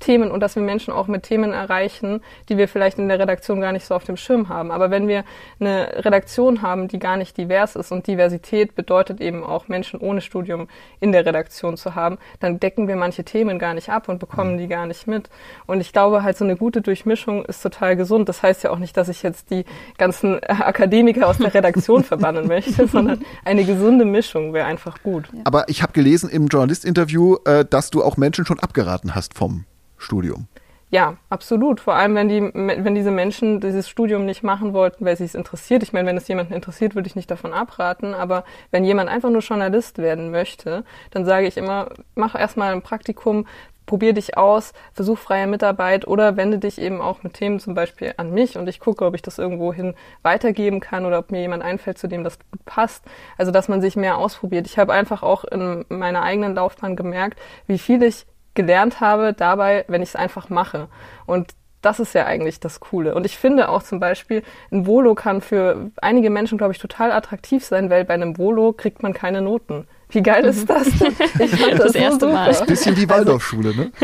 Themen und dass wir Menschen auch mit Themen erreichen, die wir vielleicht in der Redaktion gar nicht so auf dem Schirm haben. Aber wenn wir eine Redaktion haben, die gar nicht divers ist, und Diversität bedeutet eben auch Menschen ohne Studium in der Redaktion zu haben, dann decken wir manche Themen gar nicht ab und bekommen die gar nicht mit. Und ich glaube halt, so eine gute Durchmischung ist total gesund. Das heißt ja auch nicht, dass ich jetzt die ganzen Akademiker aus der Redaktion verbannen möchte, sondern eine gesunde Mischung wäre einfach gut. Aber ich habe gelesen im Journalist-Interview, dass du auch Menschen schon abgeraten hast vom Studium. Ja, absolut. Vor allem, wenn diese Menschen dieses Studium nicht machen wollten, weil sie es interessiert. Ich meine, wenn es jemanden interessiert, würde ich nicht davon abraten. Aber wenn jemand einfach nur Journalist werden möchte, dann sage ich immer, mach erstmal ein Praktikum, probier dich aus, versuch freie Mitarbeit oder wende dich eben auch mit Themen zum Beispiel an mich und ich gucke, ob ich das irgendwohin weitergeben kann oder ob mir jemand einfällt, zu dem das gut passt. Also, dass man sich mehr ausprobiert. Ich habe einfach auch in meiner eigenen Laufbahn gemerkt, wie viel ich gelernt habe dabei, wenn ich es einfach mache. Und das ist ja eigentlich das Coole. Und ich finde auch zum Beispiel, ein Volo kann für einige Menschen, glaube ich, total attraktiv sein, weil bei einem Volo kriegt man keine Noten. Wie geil ist das denn? Ich fand das erste Mal. Das ist ein bisschen die Waldorfschule, ne?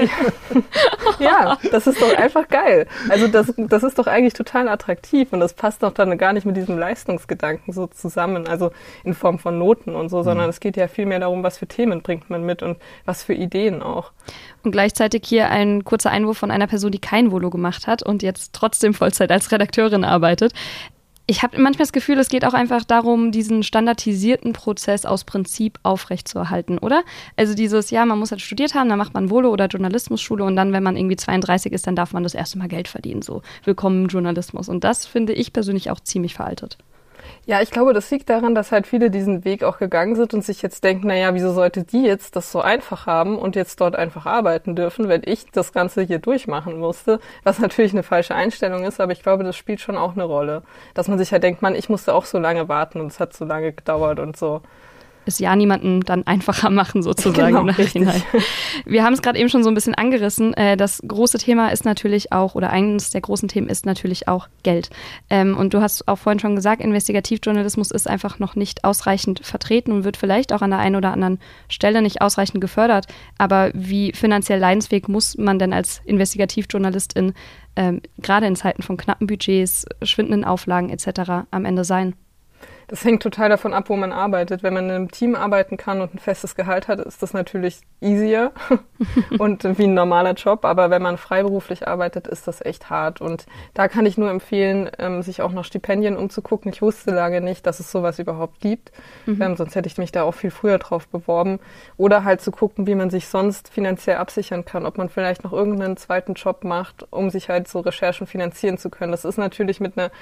Ja, das ist doch einfach geil. Also das ist doch eigentlich total attraktiv und das passt doch dann gar nicht mit diesem Leistungsgedanken so zusammen, also in Form von Noten und so, sondern es geht ja viel mehr darum, was für Themen bringt man mit und was für Ideen auch. Und gleichzeitig hier ein kurzer Einwurf von einer Person, die kein Volo gemacht hat und jetzt trotzdem Vollzeit als Redakteurin arbeitet. Ich habe manchmal das Gefühl, es geht auch einfach darum, diesen standardisierten Prozess aus Prinzip aufrechtzuerhalten, oder? Also dieses, ja, man muss halt studiert haben, dann macht man Volo oder Journalismusschule und dann, wenn man irgendwie 32 ist, dann darf man das erste Mal Geld verdienen, so willkommen im Journalismus. Und das finde ich persönlich auch ziemlich veraltet. Ja, ich glaube, das liegt daran, dass halt viele diesen Weg auch gegangen sind und sich jetzt denken, naja, wieso sollte die jetzt das so einfach haben und jetzt dort einfach arbeiten dürfen, wenn ich das Ganze hier durchmachen musste, was natürlich eine falsche Einstellung ist, aber ich glaube, das spielt schon auch eine Rolle, dass man sich halt denkt, Mann, ich musste auch so lange warten und es hat so lange gedauert und so. Es ja niemanden dann einfacher machen, sozusagen genau, im Nachhinein. Wir haben es gerade eben schon so ein bisschen angerissen. Das große Thema ist natürlich auch, oder eines der großen Themen ist natürlich auch Geld. Und du hast auch vorhin schon gesagt, Investigativjournalismus ist einfach noch nicht ausreichend vertreten und wird vielleicht auch an der einen oder anderen Stelle nicht ausreichend gefördert. Aber wie finanziell leidensfähig muss man denn als Investigativjournalistin gerade in Zeiten von knappen Budgets, schwindenden Auflagen etc. am Ende sein? Das hängt total davon ab, wo man arbeitet. Wenn man in einem Team arbeiten kann und ein festes Gehalt hat, ist das natürlich easier und wie ein normaler Job. Aber wenn man freiberuflich arbeitet, ist das echt hart. Und da kann ich nur empfehlen, sich auch nach Stipendien umzugucken. Ich wusste lange nicht, dass es sowas überhaupt gibt. Sonst hätte ich mich da auch viel früher drauf beworben. Oder halt zu gucken, wie man sich sonst finanziell absichern kann. Ob man vielleicht noch irgendeinen zweiten Job macht, um sich halt so Recherchen finanzieren zu können. Das ist natürlich mit einem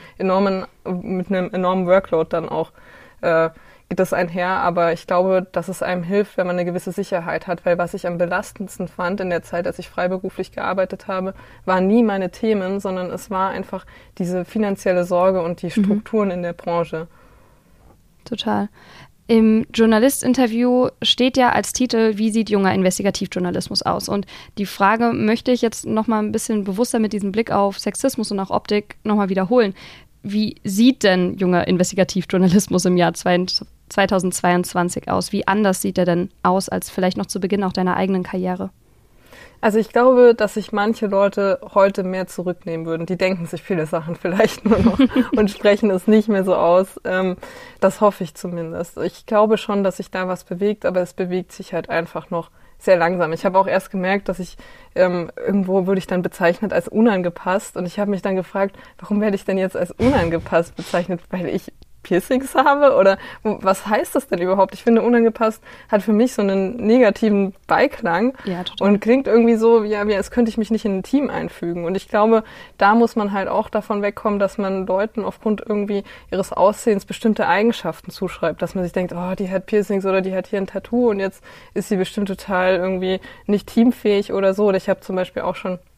enormen Workload dann auch geht das einher, aber ich glaube, dass es einem hilft, wenn man eine gewisse Sicherheit hat, weil was ich am belastendsten fand in der Zeit, als ich freiberuflich gearbeitet habe, waren nie meine Themen, sondern es war einfach diese finanzielle Sorge und die Strukturen in der Branche. Total. Im Journalist-Interview steht ja als Titel, wie sieht junger Investigativjournalismus aus? Und die Frage möchte ich jetzt nochmal ein bisschen bewusster mit diesem Blick auf Sexismus und auch Optik nochmal wiederholen. Wie sieht denn junger Investigativjournalismus im Jahr 2022 aus? Wie anders sieht er denn aus als vielleicht noch zu Beginn auch deiner eigenen Karriere? Also ich glaube, dass sich manche Leute heute mehr zurücknehmen würden. Die denken sich viele Sachen vielleicht nur noch und sprechen es nicht mehr so aus. Das hoffe ich zumindest. Ich glaube schon, dass sich da was bewegt, aber es bewegt sich halt einfach noch sehr langsam. Ich habe auch erst gemerkt, dass ich irgendwo wurde ich dann bezeichnet als unangepasst und ich habe mich dann gefragt, warum werde ich denn jetzt als unangepasst bezeichnet, weil ich Piercings habe oder was heißt das denn überhaupt? Ich finde, unangepasst hat für mich so einen negativen Beiklang und klingt irgendwie so, ja, als könnte ich mich nicht in ein Team einfügen. Und ich glaube, da muss man halt auch davon wegkommen, dass man Leuten aufgrund irgendwie ihres Aussehens bestimmte Eigenschaften zuschreibt, dass man sich denkt, oh, die hat Piercings oder die hat hier ein Tattoo und jetzt ist sie bestimmt total irgendwie nicht teamfähig oder so. Oder ich habe zum Beispiel auch schon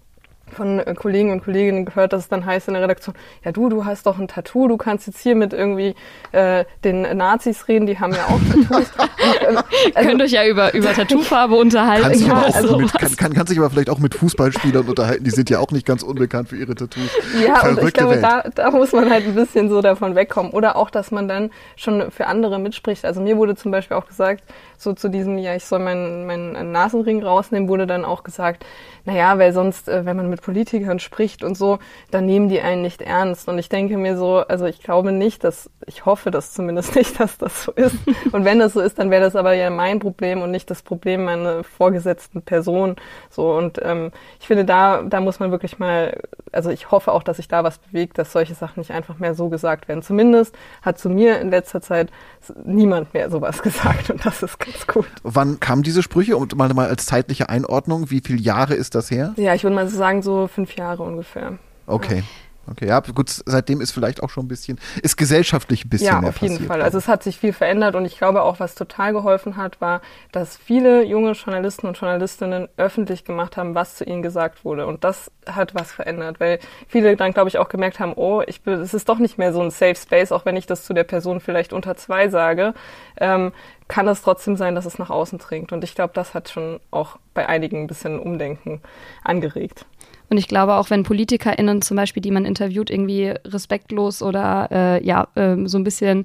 von Kollegen und Kolleginnen gehört, dass es dann heißt in der Redaktion, ja du hast doch ein Tattoo, du kannst jetzt hier mit irgendwie den Nazis reden, die haben ja auch Tattoos. Könnt euch ja über Tattoofarbe unterhalten. Kannst dich aber vielleicht auch mit Fußballspielern unterhalten, die sind ja auch nicht ganz unbekannt für ihre Tattoos. Ja, und ich glaube, da muss man halt ein bisschen so davon wegkommen. Oder auch, dass man dann schon für andere mitspricht. Also mir wurde zum Beispiel auch gesagt, so zu diesem, ja, ich soll meinen Nasenring rausnehmen, wurde dann auch gesagt, naja, weil sonst, wenn man mit Politikern spricht und so, dann nehmen die einen nicht ernst. Und ich denke mir so, also ich glaube nicht, ich hoffe das zumindest nicht, dass das so ist. Und wenn das so ist, dann wäre das aber ja mein Problem und nicht das Problem meiner vorgesetzten Person. So, und ich finde, da muss man wirklich mal, also ich hoffe auch, dass sich da was bewegt, dass solche Sachen nicht einfach mehr so gesagt werden. Zumindest hat zu mir in letzter Zeit niemand mehr sowas gesagt und das ist ganz gut. Wann kamen diese Sprüche? Und mal als zeitliche Einordnung, wie viele Jahre ist das her? Ja, ich würde mal so sagen, so 5 Jahre ungefähr. Okay. Okay, ja, gut, seitdem ist vielleicht auch schon ist gesellschaftlich ein bisschen mehr passiert. Ja, auf jeden Fall. Also es hat sich viel verändert und ich glaube auch, was total geholfen hat, war, dass viele junge Journalisten und Journalistinnen öffentlich gemacht haben, was zu ihnen gesagt wurde. Und das hat was verändert, weil viele dann, glaube ich, auch gemerkt haben, es ist doch nicht mehr so ein Safe Space, auch wenn ich das zu der Person vielleicht unter 2 sage, kann es trotzdem sein, dass es nach außen dringt. Und ich glaube, das hat schon auch bei einigen ein bisschen Umdenken angeregt. Und ich glaube auch, wenn PolitikerInnen zum Beispiel, die man interviewt, irgendwie respektlos oder so ein bisschen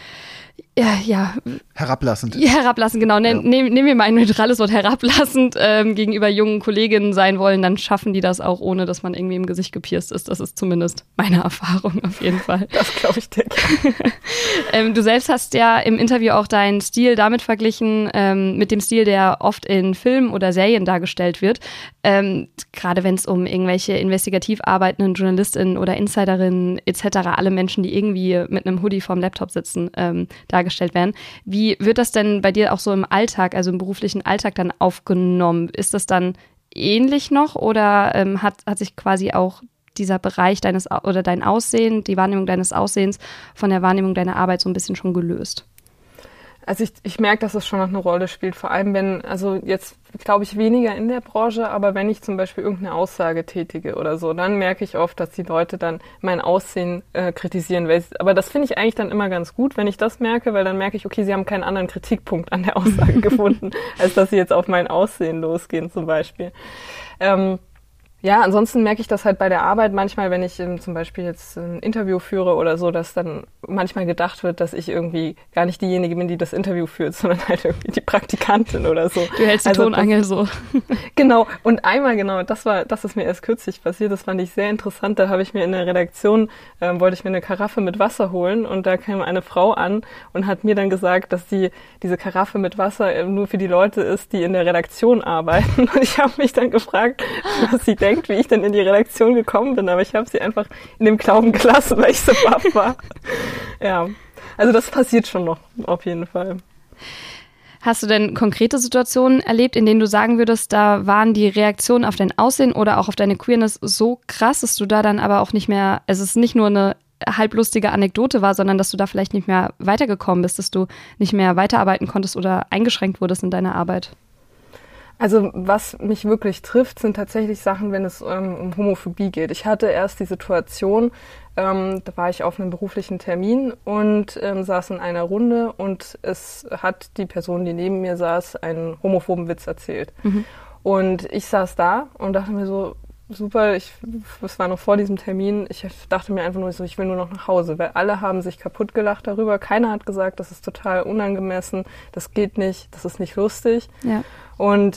herablassend. Ja, herablassend, genau. Nehmen wir mal ein neutrales Wort, herablassend gegenüber jungen Kolleginnen sein wollen, dann schaffen die das auch, ohne dass man irgendwie im Gesicht gepierst ist. Das ist zumindest meine Erfahrung auf jeden Fall. Das glaube ich dir. Du selbst hast ja im Interview auch deinen Stil damit verglichen, mit dem Stil, der oft in Filmen oder Serien dargestellt wird. Gerade wenn es um irgendwelche investigativ arbeitenden JournalistInnen oder Insiderinnen etc., alle Menschen, die irgendwie mit einem Hoodie vorm Laptop sitzen, dargestellt werden. Wie wird das denn bei dir auch so im Alltag, also im beruflichen Alltag dann aufgenommen? Ist das dann ähnlich noch oder hat sich quasi auch dieser Bereich dein Aussehen, die Wahrnehmung deines Aussehens von der Wahrnehmung deiner Arbeit so ein bisschen schon gelöst? Also ich merke, dass es schon noch eine Rolle spielt, vor allem wenn, also jetzt glaube ich weniger in der Branche, aber wenn ich zum Beispiel irgendeine Aussage tätige oder so, dann merke ich oft, dass die Leute dann mein Aussehen kritisieren. Aber das finde ich eigentlich dann immer ganz gut, wenn ich das merke, weil dann merke ich, okay, sie haben keinen anderen Kritikpunkt an der Aussage gefunden, als dass sie jetzt auf mein Aussehen losgehen zum Beispiel. Ja, ansonsten merke ich das halt bei der Arbeit manchmal, wenn ich zum Beispiel jetzt ein Interview führe oder so, dass dann manchmal gedacht wird, dass ich irgendwie gar nicht diejenige bin, die das Interview führt, sondern halt irgendwie die Praktikantin oder so. Du hältst die Tonangel so. Genau. Und einmal das ist mir erst kürzlich passiert, das fand ich sehr interessant. Da habe ich mir in der Redaktion, wollte ich mir eine Karaffe mit Wasser holen und da kam eine Frau an und hat mir dann gesagt, dass diese Karaffe mit Wasser nur für die Leute ist, die in der Redaktion arbeiten. Und ich habe mich dann gefragt, was sie denkt, wie ich denn in die Redaktion gekommen bin, aber ich habe sie einfach in dem Glauben gelassen, weil ich so baff war. Ja, also das passiert schon noch, auf jeden Fall. Hast du denn konkrete Situationen erlebt, in denen du sagen würdest, da waren die Reaktionen auf dein Aussehen oder auch auf deine Queerness so krass, dass du da dann aber auch nicht mehr, es ist nicht nur eine halblustige Anekdote war, sondern dass du da vielleicht nicht mehr weitergekommen bist, dass du nicht mehr weiterarbeiten konntest oder eingeschränkt wurdest in deiner Arbeit? Also was mich wirklich trifft, sind tatsächlich Sachen, wenn es um Homophobie geht. Ich hatte erst die Situation, da war ich auf einem beruflichen Termin und saß in einer Runde und es hat die Person, die neben mir saß, einen homophoben Witz erzählt. Mhm. Und ich saß da und dachte mir so, super, es war noch vor diesem Termin, ich dachte mir einfach nur so, ich will nur noch nach Hause, weil alle haben sich kaputt gelacht darüber. Keiner hat gesagt, das ist total unangemessen, das geht nicht, das ist nicht lustig. Ja. Und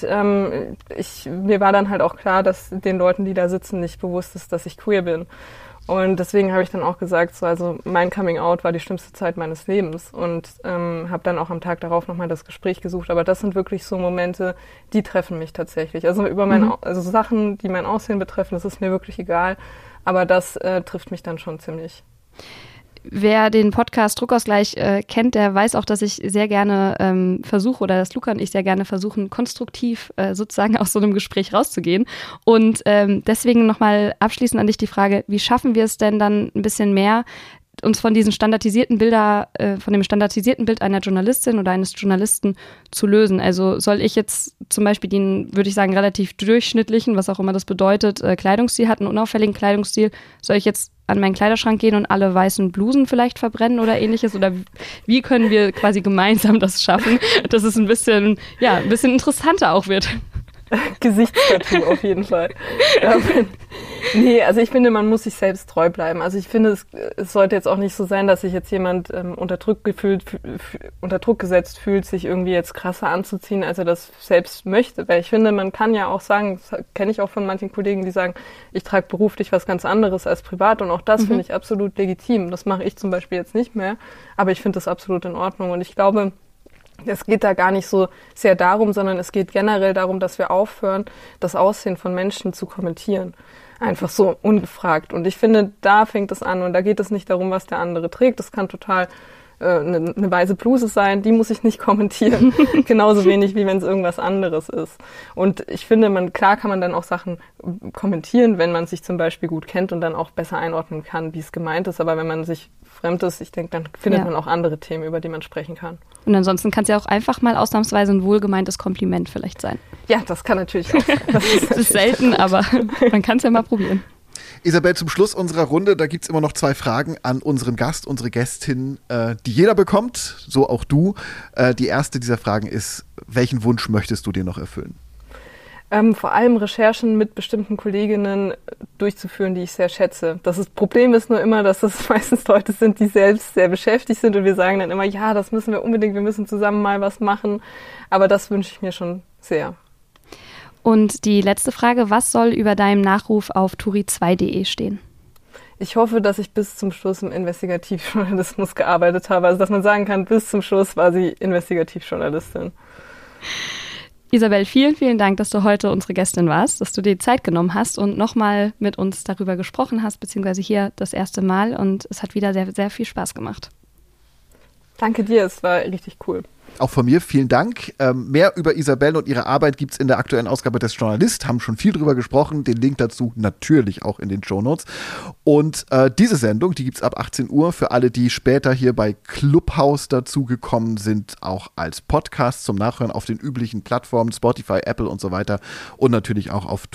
mir war dann halt auch klar, dass den Leuten, die da sitzen, nicht bewusst ist, dass ich queer bin. Und deswegen habe ich dann auch gesagt, so, also mein Coming Out war die schlimmste Zeit meines Lebens und habe dann auch am Tag darauf nochmal das Gespräch gesucht. Aber das sind wirklich so Momente, die treffen mich tatsächlich. Also also Sachen, die mein Aussehen betreffen, das ist mir wirklich egal. Aber das trifft mich dann schon ziemlich. Wer den Podcast Druckausgleich kennt, der weiß auch, dass ich sehr gerne versuche oder dass Luca und ich sehr gerne versuchen, konstruktiv sozusagen aus so einem Gespräch rauszugehen. Und deswegen nochmal abschließend an dich die Frage, wie schaffen wir es denn dann ein bisschen mehr, uns von diesen standardisierten von dem standardisierten Bild einer Journalistin oder eines Journalisten zu lösen. Also soll ich jetzt zum Beispiel den, würde ich sagen, relativ durchschnittlichen, was auch immer das bedeutet, Kleidungsstil hat, einen unauffälligen Kleidungsstil, soll ich jetzt an meinen Kleiderschrank gehen und alle weißen Blusen vielleicht verbrennen oder ähnliches? Oder wie können wir quasi gemeinsam das schaffen, dass es ein bisschen interessanter auch wird? Gesichtstattoo auf jeden Fall. Nee, also ich finde, man muss sich selbst treu bleiben. Also ich finde, es sollte jetzt auch nicht so sein, dass sich jetzt jemand unter Druck gesetzt fühlt, sich irgendwie jetzt krasser anzuziehen, als er das selbst möchte. Weil ich finde, man kann ja auch sagen, das kenne ich auch von manchen Kollegen, die sagen, ich trage beruflich was ganz anderes als privat, und auch das finde ich absolut legitim. Das mache ich zum Beispiel jetzt nicht mehr, aber ich finde das absolut in Ordnung. Und ich glaube, es geht da gar nicht so sehr darum, sondern es geht generell darum, dass wir aufhören, das Aussehen von Menschen zu kommentieren. Einfach so ungefragt. Und ich finde, da fängt es an. Und da geht es nicht darum, was der andere trägt. Das kann total eine weiße Bluse sein, die muss ich nicht kommentieren. Genauso wenig, wie wenn es irgendwas anderes ist. Und ich finde, klar kann man dann auch Sachen kommentieren, wenn man sich zum Beispiel gut kennt und dann auch besser einordnen kann, wie es gemeint ist. Aber wenn man sich fremd ist, ich denke, dann findet man auch andere Themen, über die man sprechen kann. Und ansonsten kann es ja auch einfach mal ausnahmsweise ein wohlgemeintes Kompliment vielleicht sein. Ja, das kann natürlich auch sein. Das ist selten, aber man kann es ja mal probieren. Isabel, zum Schluss unserer Runde, da gibt es immer noch 2 Fragen an unseren Gast, unsere Gästin, die jeder bekommt, so auch du. Die erste dieser Fragen ist, welchen Wunsch möchtest du dir noch erfüllen? Vor allem Recherchen mit bestimmten Kolleginnen durchzuführen, die ich sehr schätze. Das Problem ist nur immer, dass das meistens Leute sind, die selbst sehr beschäftigt sind, und wir sagen dann immer, ja, das müssen wir unbedingt, wir müssen zusammen mal was machen. Aber das wünsche ich mir schon sehr. Und die letzte Frage, was soll über deinem Nachruf auf turi2.de stehen? Ich hoffe, dass ich bis zum Schluss im Investigativjournalismus gearbeitet habe. Also, dass man sagen kann, bis zum Schluss war sie Investigativjournalistin. Isabel, vielen, vielen Dank, dass du heute unsere Gästin warst, dass du dir Zeit genommen hast und nochmal mit uns darüber gesprochen hast, beziehungsweise hier das erste Mal. Und es hat wieder sehr, sehr viel Spaß gemacht. Danke dir, es war richtig cool. Auch von mir vielen Dank. Mehr über Isabel und ihre Arbeit gibt es in der aktuellen Ausgabe des Journalist. Haben schon viel drüber gesprochen. Den Link dazu natürlich auch in den Shownotes. Und diese Sendung, die gibt es ab 18 Uhr für alle, die später hier bei Clubhouse dazugekommen sind, auch als Podcast zum Nachhören auf den üblichen Plattformen, Spotify, Apple und so weiter. Und natürlich auch auf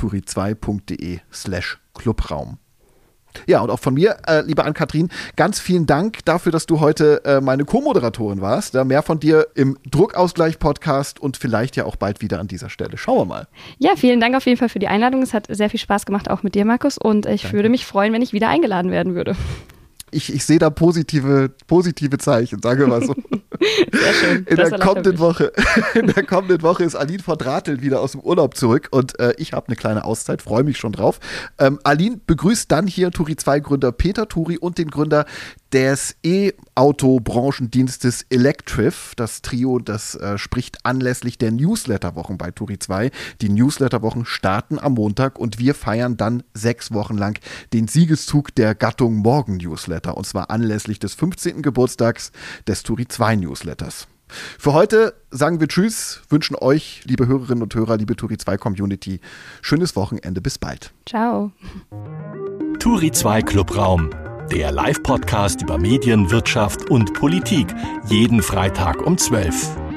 turi2.de/Clubraum. Ja, und auch von mir, liebe Ann-Kathrin, ganz vielen Dank dafür, dass du heute meine Co-Moderatorin warst. Mehr von dir im Druckausgleich-Podcast und vielleicht ja auch bald wieder an dieser Stelle. Schauen wir mal. Ja, vielen Dank auf jeden Fall für die Einladung. Es hat sehr viel Spaß gemacht, auch mit dir, Markus. Und ich würde mich freuen, wenn ich wieder eingeladen werden würde. Ich sehe da positive Zeichen, sagen wir mal so. Sehr schön. In der kommenden Woche ist Aline von Drateln wieder aus dem Urlaub zurück und ich habe eine kleine Auszeit, freue mich schon drauf. Aline begrüßt dann hier Turi2-Gründer Peter Turi und den Gründer des E-Auto-Branchendienstes Electriv. Das Trio, das spricht anlässlich der Newsletterwochen bei Turi2. Die Newsletterwochen starten am Montag und wir feiern dann 6 Wochen lang den Siegeszug der Gattung Morgen-Newsletter. Und zwar anlässlich des 15. Geburtstags des Turi2-Newsletters. Für heute sagen wir Tschüss, wünschen euch, liebe Hörerinnen und Hörer, liebe Turi2-Community, schönes Wochenende, bis bald. Ciao. Turi2 Clubraum, der Live-Podcast über Medien, Wirtschaft und Politik, jeden Freitag um 12.